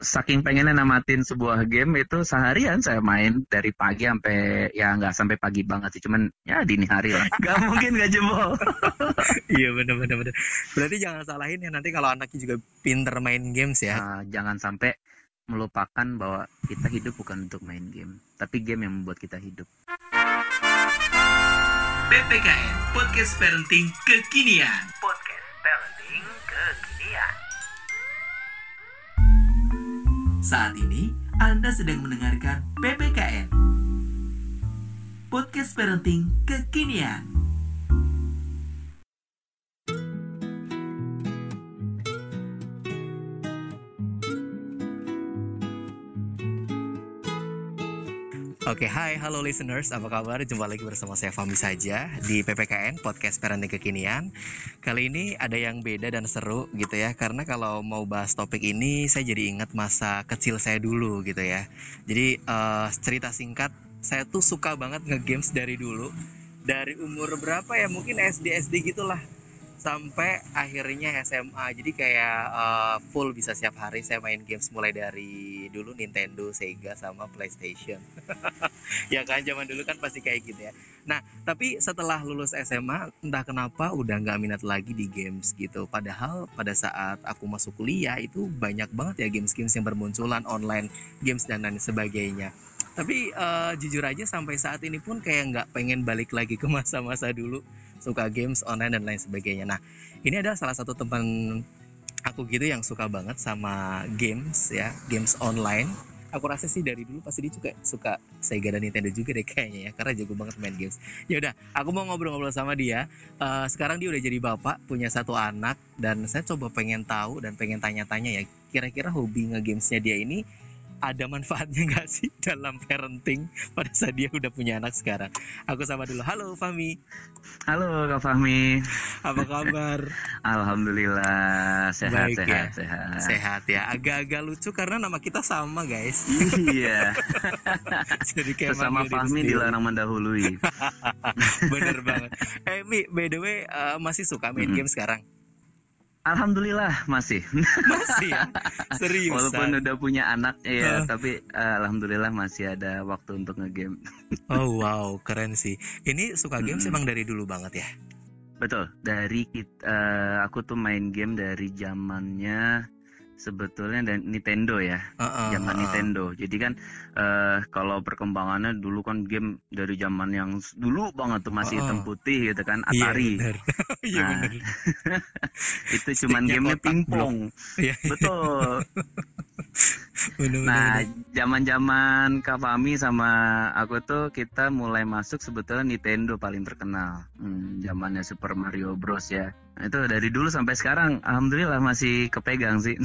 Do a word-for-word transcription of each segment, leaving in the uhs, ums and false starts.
saking pengennya namatin sebuah game itu seharian saya main dari pagi sampai ya nggak sampai pagi banget sih, cuman ya dini hari lah. Nggak mungkin nggak jebol. Iya benar benar benar. Berarti jangan salahin ya nanti kalau anaknya juga pinter main games ya. Uh, jangan sampai melupakan bahwa kita hidup bukan untuk main game, tapi game yang membuat kita hidup. P P K N Podcast Parenting Kekinian. Podcast Parenting Kekinian. Saat ini Anda sedang mendengarkan P P K N Podcast Parenting Kekinian. Oke, hai, halo listeners, apa kabar? Jumpa lagi bersama saya Fahmi saja di P P K N Podcast Parenting Kekinian. Kali ini ada yang beda dan seru gitu ya, karena kalau mau bahas topik ini saya jadi ingat masa kecil saya dulu gitu ya. Jadi uh, cerita singkat, saya tuh suka banget nge-games dari dulu. Dari umur berapa ya, mungkin S D S D gitulah, sampai akhirnya S M A. Jadi kayak uh, full bisa setiap hari saya main games, mulai dari dulu Nintendo, Sega, sama PlayStation. Ya kan, zaman dulu kan pasti kayak gitu ya. Nah, tapi setelah lulus S M A, entah kenapa udah gak minat lagi di games gitu. Padahal pada saat aku masuk kuliah itu banyak banget ya games-games yang bermunculan, online games dan lain sebagainya. Tapi uh, jujur aja sampai saat ini pun kayak gak pengen balik lagi ke masa-masa dulu suka games online dan lain sebagainya. Nah, ini ada salah satu teman aku gitu yang suka banget sama games ya, games online. Aku rasa sih dari dulu pasti dia juga suka Sega dan Nintendo juga deh kayaknya ya, karena jago banget main games. Ya udah, aku mau ngobrol-ngobrol sama dia. Uh, sekarang dia udah jadi bapak, punya satu anak, dan saya coba pengen tahu dan pengen tanya-tanya ya, kira-kira hobi nge-gamesnya dia ini ada manfaatnya nggak sih dalam parenting pada saat dia udah punya anak sekarang. Aku sama dulu. Halo Fahmi. Halo Kak Fahmi. Apa kabar? Alhamdulillah sehat. Baik, sehat ya. sehat Sehat ya. Agak-agak lucu karena nama kita sama guys. Iya. Jadi kayak sesama Fahmi dilarang mendahului. Bener banget. Eh Mi, by the way uh, masih suka main mm-hmm. game sekarang? Alhamdulillah masih. Masih ya? Seriusan? Walaupun udah punya anak ya, uh. tapi uh, alhamdulillah masih ada waktu untuk nge-game. Oh wow, keren sih. Ini suka games hmm. emang dari dulu banget ya? Betul. Dari uh, aku tuh main game dari zamannya sebetulnya dan Nintendo ya, uh-uh, zaman uh-uh. Nintendo. Jadi kan uh, kalau perkembangannya dulu kan game dari zaman yang dulu banget tuh masih uh-uh. hitam putih gitu kan, Atari. Iya nah, benar. Itu cuman gamenya pingpong. Betul. Bener, nah, zaman-zaman Kak Fahmi sama aku tuh kita mulai masuk sebetulnya Nintendo paling terkenal. Hmm, zamannya Super Mario Bros ya. Nah, itu dari dulu sampai sekarang alhamdulillah masih kepegang sih.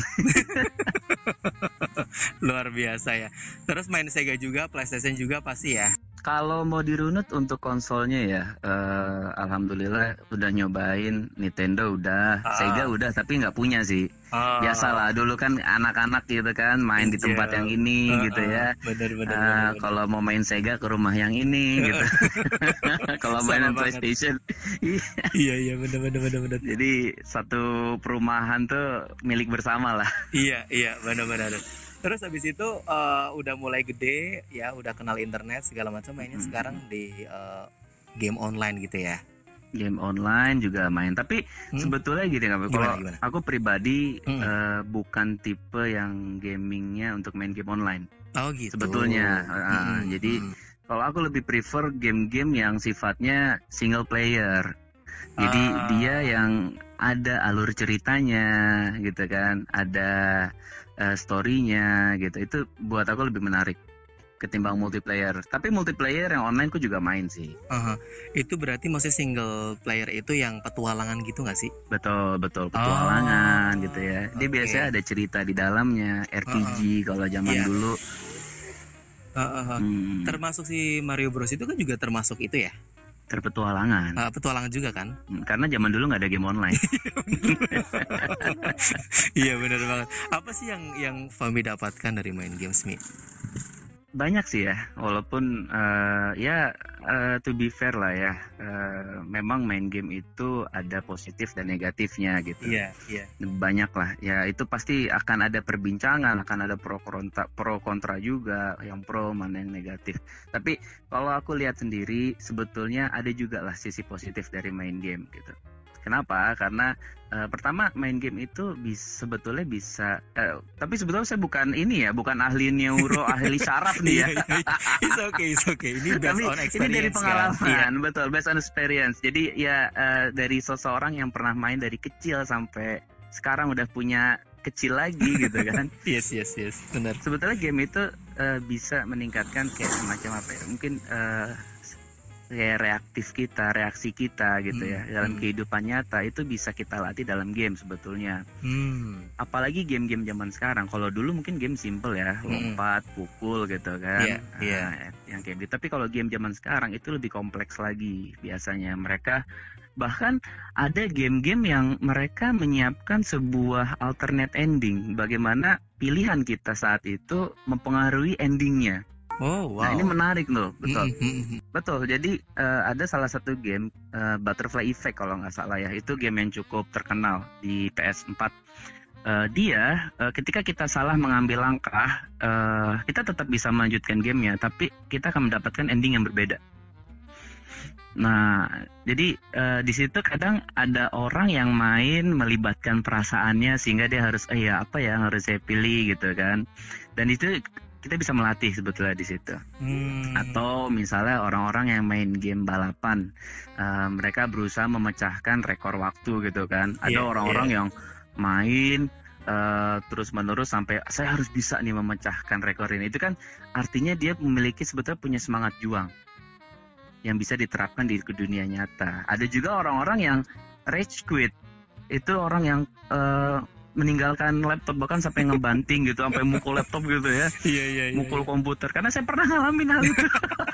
Luar biasa ya. Terus main Sega juga, PlayStation juga pasti ya. Kalau mau dirunut untuk konsolnya ya, uh, alhamdulillah udah nyobain Nintendo udah, ah. Sega udah, tapi nggak punya sih. Ah. Biasalah dulu kan anak-anak gitu kan main di tempat yang ini ah, gitu ya. Bener-bener. Uh, kalau mau main Sega ke rumah yang ini gitu. Kalau main PlayStation, iya iya bener-bener bener. Jadi satu perumahan tuh milik bersama lah. Iya iya bener-bener. Terus habis itu uh, udah mulai gede ya, udah kenal internet segala macam, mainnya hmm. sekarang di uh, game online gitu ya. Game online juga main, tapi hmm? sebetulnya gini kan, kalau aku pribadi hmm. uh, bukan tipe yang gamingnya untuk main game online. Oh gitu. Sebetulnya, uh, hmm. jadi hmm. kalau aku lebih prefer game-game yang sifatnya single player. Jadi ah. dia yang ada alur ceritanya gitu kan, ada uh, story-nya gitu. Itu buat aku lebih menarik ketimbang multiplayer. Tapi multiplayer yang online ku juga main sih. Uh-huh. Itu berarti maksudnya single player itu yang petualangan gitu nggak sih? Betul betul petualangan oh, gitu ya. Dia okay. biasanya ada cerita di dalamnya, R P G uh-huh. kalau zaman yeah. dulu. Uh-huh. Hmm. Termasuk si Mario Bros itu kan juga termasuk itu ya? Terpetualangan. Uh, petualangan juga kan? Karena zaman dulu nggak ada game online. Iya benar banget. Apa sih yang yang Fahmi dapatkan dari main games Mi? banyak sih ya, walaupun uh, ya uh, to be fair lah ya, uh, memang main game itu ada positif dan negatifnya gitu. Iya, iya. Banyak lah, ya itu pasti akan ada perbincangan, akan ada pro kontra, pro kontra juga, yang pro mana yang negatif. Tapi kalau aku lihat sendiri, sebetulnya ada juga lah sisi positif dari main game gitu. Kenapa? Karena uh, pertama main game itu bisa, sebetulnya bisa, uh, tapi sebetulnya saya bukan ini ya, bukan ahli neuro, ahli saraf nih ya. It's okay, it's okay. Ini based tapi on experience. Ini dari pengalaman, kan? Iya. Betul, based on experience. Jadi ya uh, dari seseorang yang pernah main dari kecil sampai sekarang udah punya kecil lagi gitu kan. Yes, yes, yes, benar. Sebetulnya game itu uh, bisa meningkatkan kayak semacam apa ya? Mungkin uh, kayak reaktif kita, reaksi kita gitu hmm, ya dalam hmm. kehidupan nyata itu bisa kita latih dalam game sebetulnya. Hmm. Apalagi game-game zaman sekarang. Kalau dulu mungkin game simple ya, hmm. lompat, pukul gitu kan. Yeah, yeah. Nah, yang kayak gitu. Tapi kalau game zaman sekarang itu lebih kompleks lagi biasanya. Mereka bahkan ada game-game yang mereka menyiapkan sebuah alternate ending. Bagaimana pilihan kita saat itu mempengaruhi endingnya. Oh, wow. Nah ini menarik loh, betul, mm-hmm. betul. Jadi uh, ada salah satu game uh, Butterfly Effect kalau nggak salah ya, itu game yang cukup terkenal di P S four. Uh, dia uh, ketika kita salah mengambil langkah, uh, kita tetap bisa melanjutkan gamenya, tapi kita akan mendapatkan ending yang berbeda. Nah, jadi uh, di situ kadang ada orang yang main melibatkan perasaannya sehingga dia harus, eh ya apa ya yang harus saya pilih gitu kan, dan itu kita bisa melatih sebetulnya di situ. Hmm. Atau misalnya orang-orang yang main game balapan, uh, mereka berusaha memecahkan rekor waktu gitu kan. Ada yeah, orang-orang yeah. yang main uh, terus-menerus sampai saya harus bisa nih memecahkan rekor ini. Itu kan artinya dia memiliki sebetulnya punya semangat juang yang bisa diterapkan di dunia nyata. Ada juga orang-orang yang rage quit. Itu orang yang uh, meninggalkan laptop, bahkan sampai ngebanting gitu, sampai mukul laptop gitu ya. Iya, iya, iya. Mukul komputer. Karena saya pernah ngalamin hal itu.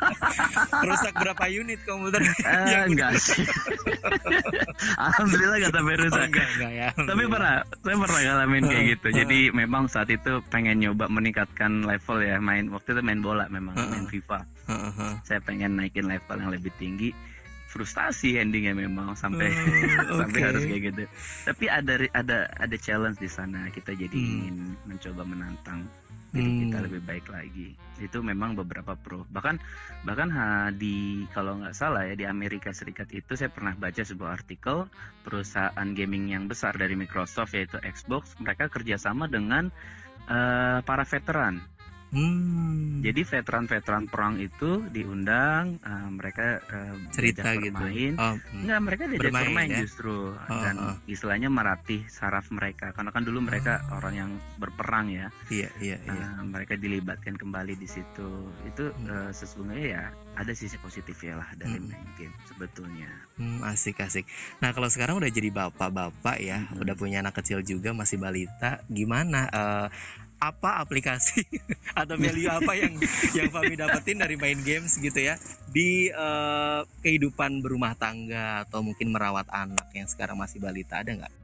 Rusak berapa unit komputer? Uh, ya, enggak sih. Alhamdulillah gak sampai rusak. Oh, enggak, enggak ya. Tapi pernah, saya pernah ngalamin kayak gitu. Jadi memang saat itu pengen nyoba meningkatkan level ya, main waktu itu main bola memang, uh-uh. main FIFA. Uh-uh. Saya pengen naikin level yang lebih tinggi. Frustasi endingnya memang sampai oh, sampai okay. harus kayak gitu. Tapi ada ada ada challenge di sana. Kita jadi hmm. ingin mencoba menantang diri hmm. kita lebih baik lagi. Itu memang beberapa pro. Bahkan bahkan ha, di kalau nggak salah ya di Amerika Serikat itu saya pernah baca sebuah artikel perusahaan gaming yang besar dari Microsoft yaitu Xbox, mereka kerjasama dengan uh, para veteran. Hmm. Jadi veteran-veteran perang itu diundang, uh, mereka uh, cerita gitu. Bermain. Oh, hmm. Enggak, mereka diajak bermain, bermain ya? Justru oh, dan oh. istilahnya melatih saraf mereka. Karena kan dulu mereka oh. orang yang berperang ya. Iya, iya, uh, iya. Mereka dilibatkan kembali di situ. Itu hmm. uh, sesungguhnya ya ada sisi positif ya lah dari hmm. main game sebetulnya. Hmm, asik-asik. Nah, kalau sekarang udah jadi bapak-bapak ya, hmm. udah punya anak kecil juga, masih balita, gimana uh, apa aplikasi atau value apa yang yang Fahmi dapetin dari main games gitu ya di uh, kehidupan berumah tangga atau mungkin merawat anak yang sekarang masih balita, ada nggak?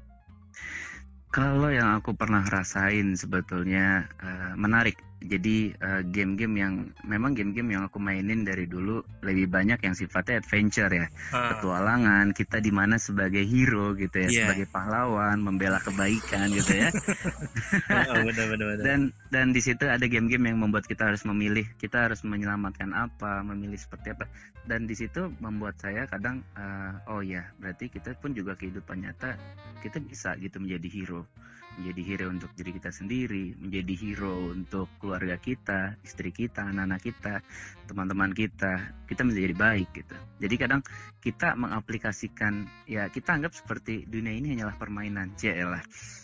Kalau yang aku pernah rasain sebetulnya uh, menarik. Jadi uh, game-game yang memang game-game yang aku mainin dari dulu lebih banyak yang sifatnya adventure ya, uh. petualangan. Kita di mana sebagai hero gitu ya, yeah. sebagai pahlawan membela kebaikan gitu ya. oh, benar, benar, benar. Dan dan di situ ada game-game yang membuat kita harus memilih, kita harus menyelamatkan apa, memilih seperti apa. Dan di situ membuat saya kadang uh, oh ya berarti kita pun juga kehidupan nyata kita bisa gitu menjadi hero. Menjadi hero untuk diri kita sendiri, menjadi hero untuk keluarga kita, istri kita, anak-anak kita, teman-teman kita, kita menjadi baik gitu. Jadi kadang kita mengaplikasikan, ya kita anggap seperti dunia ini hanyalah permainan, jelah.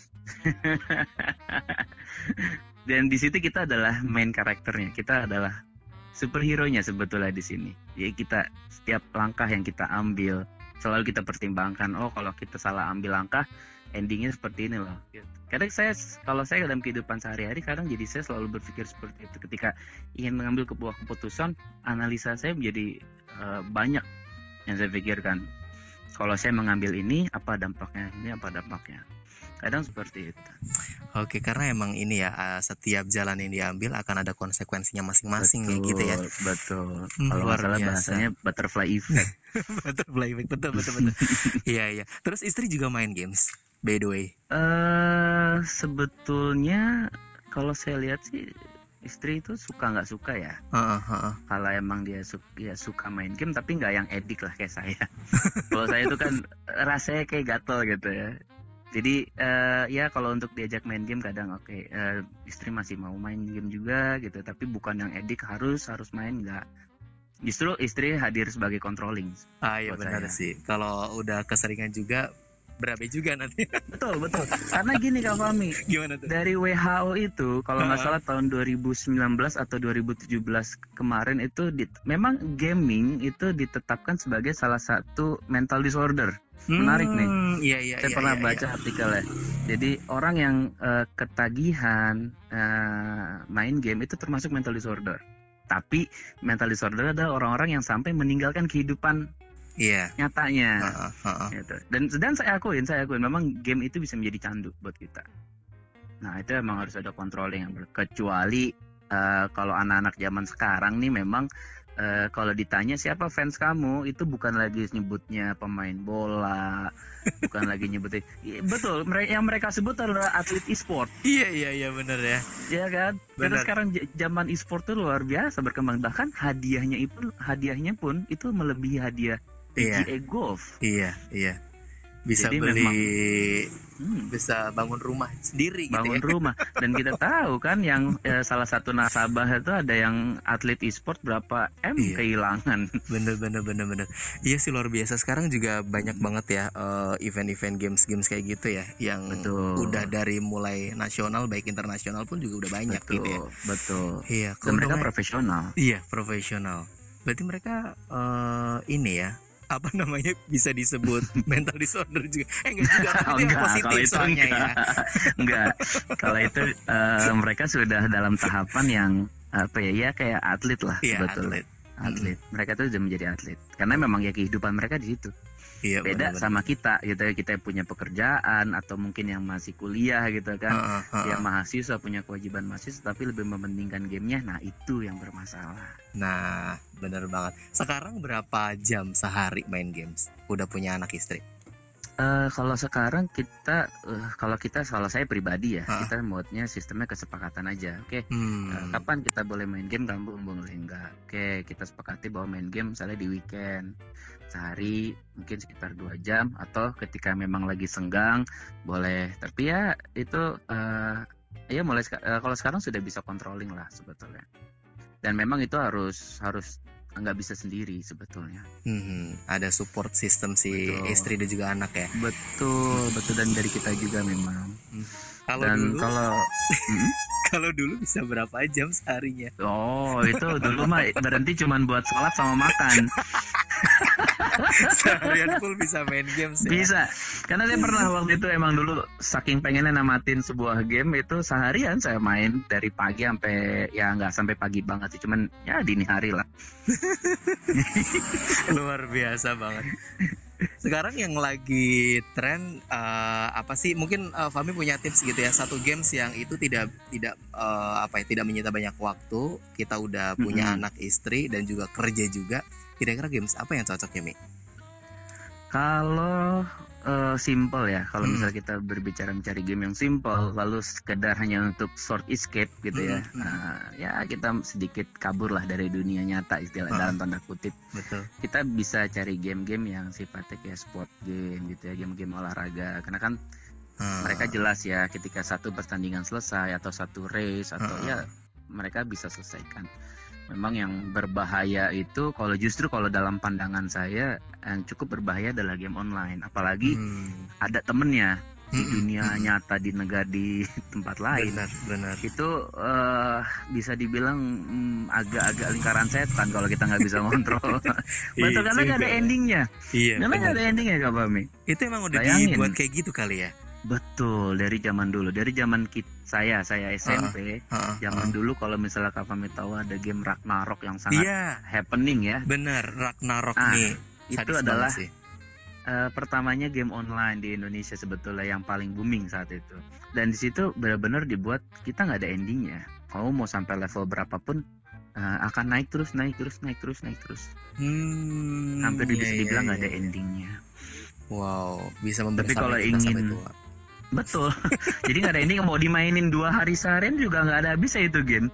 Dan di situ kita adalah main karakternya, kita adalah superhero-nya sebetulnya di sini. Jadi kita setiap langkah yang kita ambil selalu kita pertimbangkan, oh kalau kita salah ambil langkah, endingnya seperti ini loh. Kadang saya, kalau saya dalam kehidupan sehari-hari, kadang jadi saya selalu berpikir seperti itu. Ketika ingin mengambil sebuah keputusan, analisa saya menjadi uh, banyak yang saya pikirkan. Kalau saya mengambil ini, apa dampaknya? Ini apa dampaknya? Kadang seperti itu. Oke, karena emang ini ya, uh, setiap jalan yang diambil akan ada konsekuensinya masing-masing ya gitu ya. Betul. Hmm, Kalau luar masalah biasa. bahasanya butterfly effect. Butterfly effect, betul betul betul. Iya iya. Terus istri juga main games, by the way. Eh sebetulnya kalau saya lihat sih istri itu suka nggak suka ya. Heeh, heeh. Kalau emang dia suka, ya suka main game tapi nggak yang edik lah kayak saya. Kalau saya itu kan rasanya kayak gatel gitu ya. Jadi uh, ya kalau untuk diajak main game kadang oke okay, uh, istri masih mau main game juga gitu, tapi bukan yang edik harus harus main, nggak. Justru istri hadir sebagai controlling. Ah iya benar sih. Kalau udah keseringan juga berabe juga nanti. Betul betul. Karena gini Kak Fahmi. Gimana tuh? Dari W H O itu kalau nggak salah tahun dua ribu sembilan belas atau dua ribu tujuh belas kemarin itu di, memang gaming itu ditetapkan sebagai salah satu mental disorder. Menarik nih. Iya iya. Saya iya, pernah iya, baca iya. artikelnya. Jadi orang yang uh, ketagihan uh, main game itu termasuk mental disorder. Tapi mental disorder adalah orang-orang yang sampai meninggalkan kehidupan Iya. nyatanya. Uh, uh, uh. Gitu. Dan dan saya akuin, saya akuin memang game itu bisa menjadi candu buat kita. Nah itu emang harus ada controlling yang ber- kecuali uh, kalau anak-anak zaman sekarang nih memang uh, kalau ditanya siapa fans kamu itu bukan lagi nyebutnya pemain bola, bukan lagi nyebutin. Iya, betul, mereka yang mereka sebut adalah atlet e-sport. Iya iya iya benar ya. Iya kan? Karena Benar. sekarang j- zaman e-sport tuh luar biasa berkembang, bahkan hadiahnya itu hadiahnya pun itu melebihi hadiah Iya. P G A Golf. Iya iya. Bisa Jadi beli, memang, hmm, bisa bangun rumah sendiri gitu bangun ya. rumah. Dan kita tahu kan yang eh, salah satu nasabah itu ada yang atlet e-sport berapa M Iya. kehilangan. Bener bener bener bener. Iya sih luar biasa. Sekarang juga banyak banget ya uh, event-event games-games kayak gitu ya, yang Betul. udah dari mulai nasional baik internasional pun juga udah banyak Betul, gitu ya. betul. Iya. Dan mereka keuntungan- profesional. Iya profesional. Berarti mereka uh, ini ya, apa namanya, bisa disebut mental disorder juga. Eh enggak juga, tapi itu yang positif kalau itu soalnya enggak. ya. Enggak. Kalau itu eh, mereka sudah dalam tahapan yang apa ya, ya kayak atlet lah Iya sebetulnya. atlet. Atlet. Mereka tuh sudah menjadi atlet. Karena memang ya kehidupan mereka di situ. Iya, Beda benar-benar. sama kita gitu ya, kita punya pekerjaan atau mungkin yang masih kuliah gitu kan. Heeh, heeh. Yang mahasiswa punya kewajiban mahasiswa tapi lebih mementingkan gamenya. Nah itu yang bermasalah. Nah, bener banget. Sekarang berapa jam sehari main games? Udah punya anak istri? Eh kalau sekarang kita eh, kalau kita kalau saya pribadi ya, Ha. kita modnya sistemnya kesepakatan aja. Oke. Hmm. Eh, kapan kita boleh main game, kamu boleh enggak. Oke, kita sepakati bahwa main game misalnya di weekend sehari mungkin sekitar dua jam, atau ketika memang lagi senggang boleh. Tapi ya itu eh ya mulai seka- eh, kalau sekarang sudah bisa controlling lah sebetulnya. Dan memang itu harus harus nggak bisa sendiri sebetulnya. Hmm, ada support system si Betul. istri dan juga anak ya. Betul, betul, dan dari kita juga memang. Kalau Dan dulu, kalau Mm-mm. kalau dulu bisa berapa jam seharinya? Oh, itu dulu mah berhenti cuman buat sholat sama makan. Seharian full bisa main games ya. Bisa. Karena saya pernah waktu itu emang dulu saking pengennya namatin sebuah game itu seharian saya main dari pagi sampai ya nggak sampai pagi banget sih, cuman ya dini hari lah. Luar biasa banget. Sekarang yang lagi tren eh, apa sih? Mungkin eh, Fahmi punya tips gitu ya. Satu games yang itu tidak tidak eh, apa ya, tidak menyita banyak waktu. Kita udah punya Mm-mm. anak istri dan juga kerja juga. Kira-kira games apa yang cocok ya, Mi? Kalau eh, simple ya, kalau Hmm. misalnya kita berbicara mencari game yang simple, lalu sekedar hanya untuk short escape gitu ya, Hmm, hmm. nah, ya kita sedikit kabur lah dari dunia nyata istilah Ah. dalam tanda kutip. Betul. Kita bisa cari game-game yang sifatnya kayak sport game gitu ya, game-game olahraga. Karena kan Ah. mereka jelas ya, ketika satu pertandingan selesai atau satu race atau Ah. ya mereka bisa selesaikan. Memang yang berbahaya itu kalau justru kalau dalam pandangan saya yang cukup berbahaya adalah game online, apalagi Hmm. ada temennya di Mm-mm. dunia Mm-mm. nyata di negara di tempat lain. Benar, benar. Itu eh, bisa dibilang hmm, agak-agak lingkaran setan kalau kita nggak bisa kontrol. Iya Betul, karena nggak juga ada ya. endingnya. Iya. Karena nggak benar. ada endingnya Kak Fahmi. Itu emang udah Bayangin. dibuat kayak gitu kali ya? Betul, dari zaman dulu, dari zaman kita, saya saya S M P, Heeh, zaman heeh. dulu kalau misalnya Kak Fahmi tahu ada game Ragnarok yang sangat Iya, happening ya. benar. Ragnarok Ah, nih. Itu Sadis adalah banget sih. uh, pertamanya game online di Indonesia sebetulnya yang paling booming saat itu. Dan di situ benar-benar dibuat kita nggak ada endingnya. Kamu mau sampai level berapapun uh, akan naik terus, naik terus, naik terus, naik terus. Hmm, Hampir bisa iya, dibilang iya, nggak iya, ada iya. endingnya. Wow, bisa Tapi membesarkan kalau kita sampai ingin tua. betul, jadi nggak ada ending, mau dimainin dua hari seharian juga nggak ada habisnya itu game.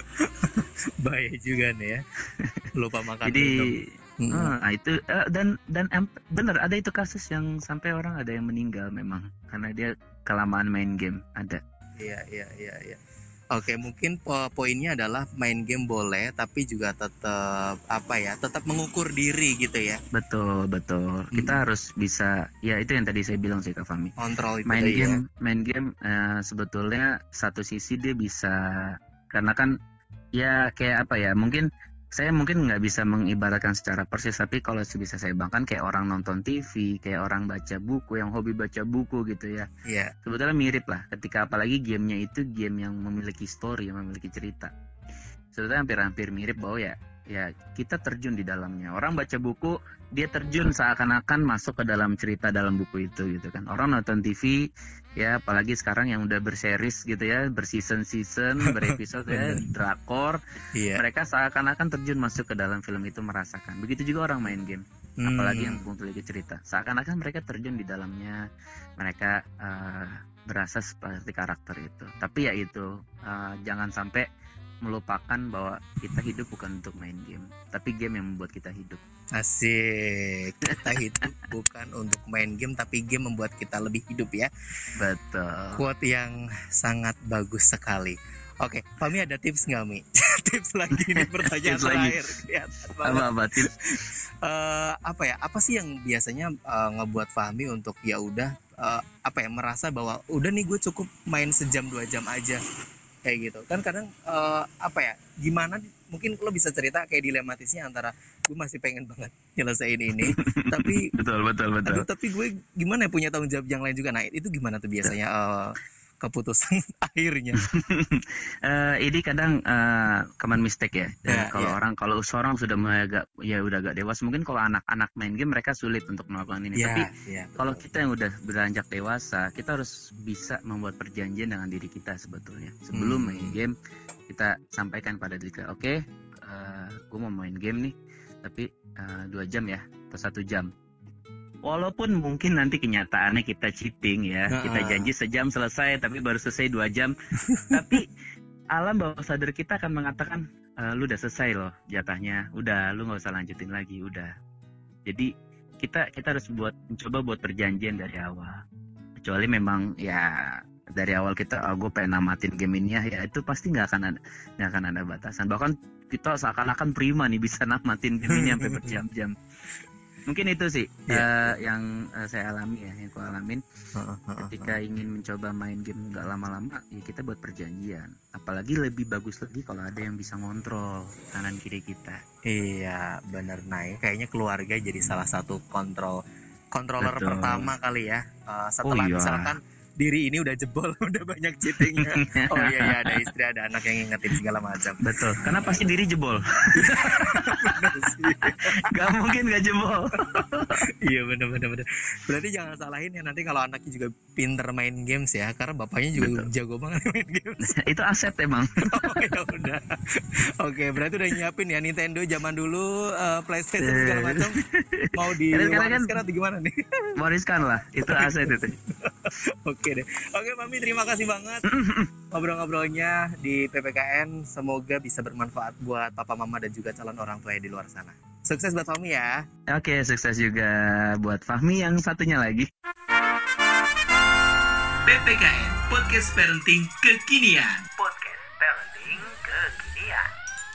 Bahaya juga nih ya. Lupa makan Jadi minum. Mm-mm. ah, itu eh, dan dan em, bener ada itu kasus yang sampai orang ada yang meninggal memang karena dia kelamaan main game, ada. Iya, iya, iya, iya. Oke, mungkin po- poinnya adalah main game boleh, tapi juga tetap apa ya, tetap mengukur diri gitu ya. Betul, betul. Kita Hmm. harus bisa, ya itu yang tadi saya bilang sih Kak Fahmi. Kontrol itu Main tadi ya. game, main game eh, sebetulnya satu sisi dia bisa, karena kan ya kayak apa ya, mungkin saya mungkin nggak bisa mengibaratkan secara persis, tapi kalau bisa saya bayangkan kayak orang nonton T V, kayak orang baca buku, yang hobi baca buku gitu ya. Iya. Sebetulnya mirip lah, ketika apalagi gamenya itu game yang memiliki story, yang memiliki cerita. Sebetulnya hampir-hampir mirip bahwa ya, ya kita terjun di dalamnya. Orang baca buku, dia terjun seakan-akan masuk ke dalam cerita dalam buku itu gitu kan. Orang nonton T V, ya apalagi sekarang yang udah berseries gitu ya, berseason-season, berepisode ya, drakor. Iya. Mereka seakan-akan terjun masuk ke dalam film itu, merasakan. Begitu juga orang main game. Hmm. Apalagi yang memiliki cerita, seakan-akan mereka terjun di dalamnya, mereka uh, berasa seperti karakter itu. Tapi ya itu uh, jangan sampai melupakan bahwa kita hidup bukan untuk main game, tapi game yang membuat kita hidup. Asik. Kita hidup bukan untuk main game, tapi game membuat kita lebih hidup ya. Betul. Quote yang sangat bagus sekali. Oke, Fahmi ada tips nggak Mi? Tips lagi nih, pertanyaan Tips lagi. terakhir. Kelihatan banget. Apa-apa tips? Eh, apa ya? Apa sih yang biasanya eh, ngebuat Fahmi untuk ya udah eh, apa ya, merasa bahwa udah nih gue cukup main sejam dua jam aja kayak gitu. Kan kadang eh, apa ya? Gimana? Mungkin lo bisa cerita kayak dilematisnya antara gue masih pengen banget nyelesain ini, tapi Betul, betul, betul. aduh, tapi gue gimana ya, punya tanggung jawab yang lain juga. Nah itu gimana tuh biasanya eh, keputusan akhirnya? Eh, ini kadang eh, common mistake ya. Dan Ya, kalau ya. orang kalau seorang sudah mulai agak ya udah agak dewasa, mungkin kalau anak-anak main game mereka sulit untuk melakukan ini. Ya, Tapi ya, kalau betul. kita yang udah beranjak dewasa, kita harus bisa membuat perjanjian dengan diri kita sebetulnya. Sebelum Hmm. main game, kita sampaikan pada diri kita, oke, eh, gue mau main game nih, tapi eh, dua jam ya, atau satu jam. Walaupun mungkin nanti kenyataannya kita cheating ya, Nah, kita janji sejam selesai, tapi baru selesai dua jam. Tapi alam bawah sadar kita akan mengatakan, e, lu udah selesai loh jatahnya, udah, lu nggak usah lanjutin lagi, udah. Jadi kita kita harus buat mencoba buat perjanjian dari awal. Kecuali memang ya dari awal kita, oh, gue pengen namatin game ini ya, ya itu pasti nggak akan ada nggak akan ada batasan. Bahkan kita seakan-akan prima nih bisa namatin game ini sampai berjam-jam. Mungkin itu sih Iya. eh, yang eh, saya alami ya, yang aku alamin ketika ingin mencoba main game nggak lama-lama, ya kita buat perjanjian. Apalagi lebih bagus lagi kalau ada yang bisa ngontrol kanan kiri kita. Iya, bener. Nah, ini kayaknya keluarga jadi salah satu kontrol controller Betul. pertama kali ya. Eh, setelah Oh, iya. misalkan diri ini udah jebol, udah banyak cheatingnya. Oh iya, iya, ada istri, ada anak yang ngingetin segala macam. Betul, karena pasti diri jebol. Gak mungkin gak jebol. Iya, bener, bener, bener. Berarti jangan salahin ya nanti kalau anaknya juga pinter main games ya, karena bapaknya juga Betul. jago banget main games. Itu aset emang. Oh ya udah. Oke, berarti udah nyiapin ya Nintendo zaman dulu, eh, PlayStation segala macam. Mau di Karena- karena kan- wariskan atau gimana nih? Wariskan lah, itu aset itu. Oke deh. Oke Mami, terima kasih banget ngobrol-ngobrolnya di P P K N. Semoga bisa bermanfaat buat papa mama dan juga calon orang tua di luar sana. Sukses buat Mami ya. Oke, sukses juga buat Fahmi yang satunya lagi. P P K N Podcast Parenting Kekinian. Podcast Parenting Kekinian.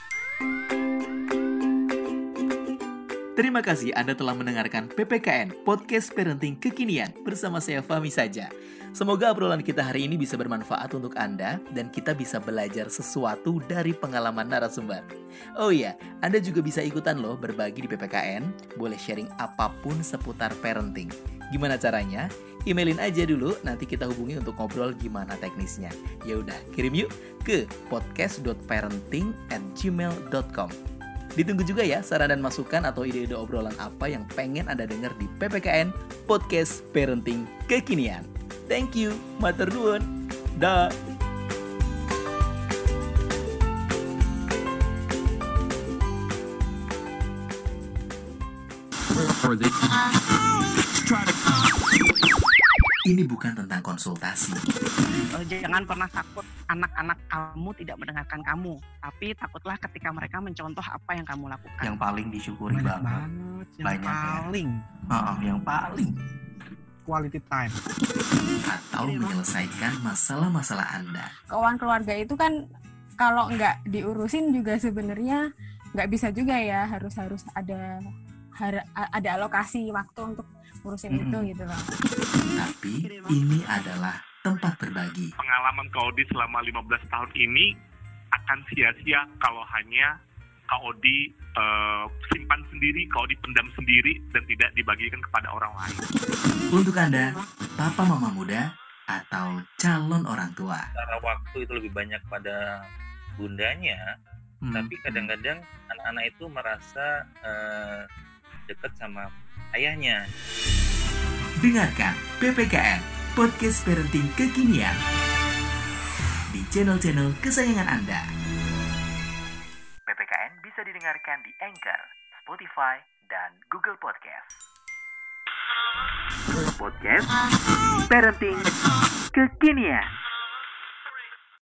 Terima kasih Anda telah mendengarkan P P K N Podcast Parenting Kekinian bersama saya Fahmi saja. Semoga obrolan kita hari ini bisa bermanfaat untuk Anda dan kita bisa belajar sesuatu dari pengalaman narasumber. Oh iya, Anda juga bisa ikutan loh berbagi di P P K N, boleh sharing apapun seputar parenting. Gimana caranya? Emailin aja dulu, nanti kita hubungi untuk ngobrol gimana teknisnya. Ya udah, kirim yuk ke podcast dot parenting at gmail dot com. Ditunggu juga ya saran dan masukan atau ide-ide obrolan apa yang pengen Anda dengar di P P K N Podcast Parenting Kekinian. Thank you, matur nuwun. Dah. Ini bukan tentang konsultasi. Jangan pernah takut anak-anak kamu tidak mendengarkan kamu, tapi takutlah ketika mereka mencontoh apa yang kamu lakukan. Yang paling disyukuri banyak banget. banget. Yang Banyak paling. Ya. Oh, yang paling. Quality time. Atau menyelesaikan masalah-masalah Anda. Keuangan keluarga itu kan kalau nggak diurusin juga sebenarnya nggak bisa juga ya. Harus harus ada har- ada alokasi waktu untuk ngurusin hmm. itu gitu loh. Tapi ini adalah tempat berbagi. Pengalaman Kak Odi selama lima belas tahun ini akan sia-sia kalau hanya Kak Odi uh, simpan sendiri, Kak Odi pendam sendiri dan tidak dibagikan kepada orang lain. Untuk Anda, papa mama muda atau calon orang tua. Secara waktu itu lebih banyak pada bundanya, hmm. tapi kadang-kadang anak-anak itu merasa uh, dekat sama ayahnya. Dengarkan P P K N Podcast Parenting Kekinian di channel-channel kesayangan Anda. P P K N bisa didengarkan di Anchor, Spotify, dan Google Podcast. Podcast Parenting Kekinian.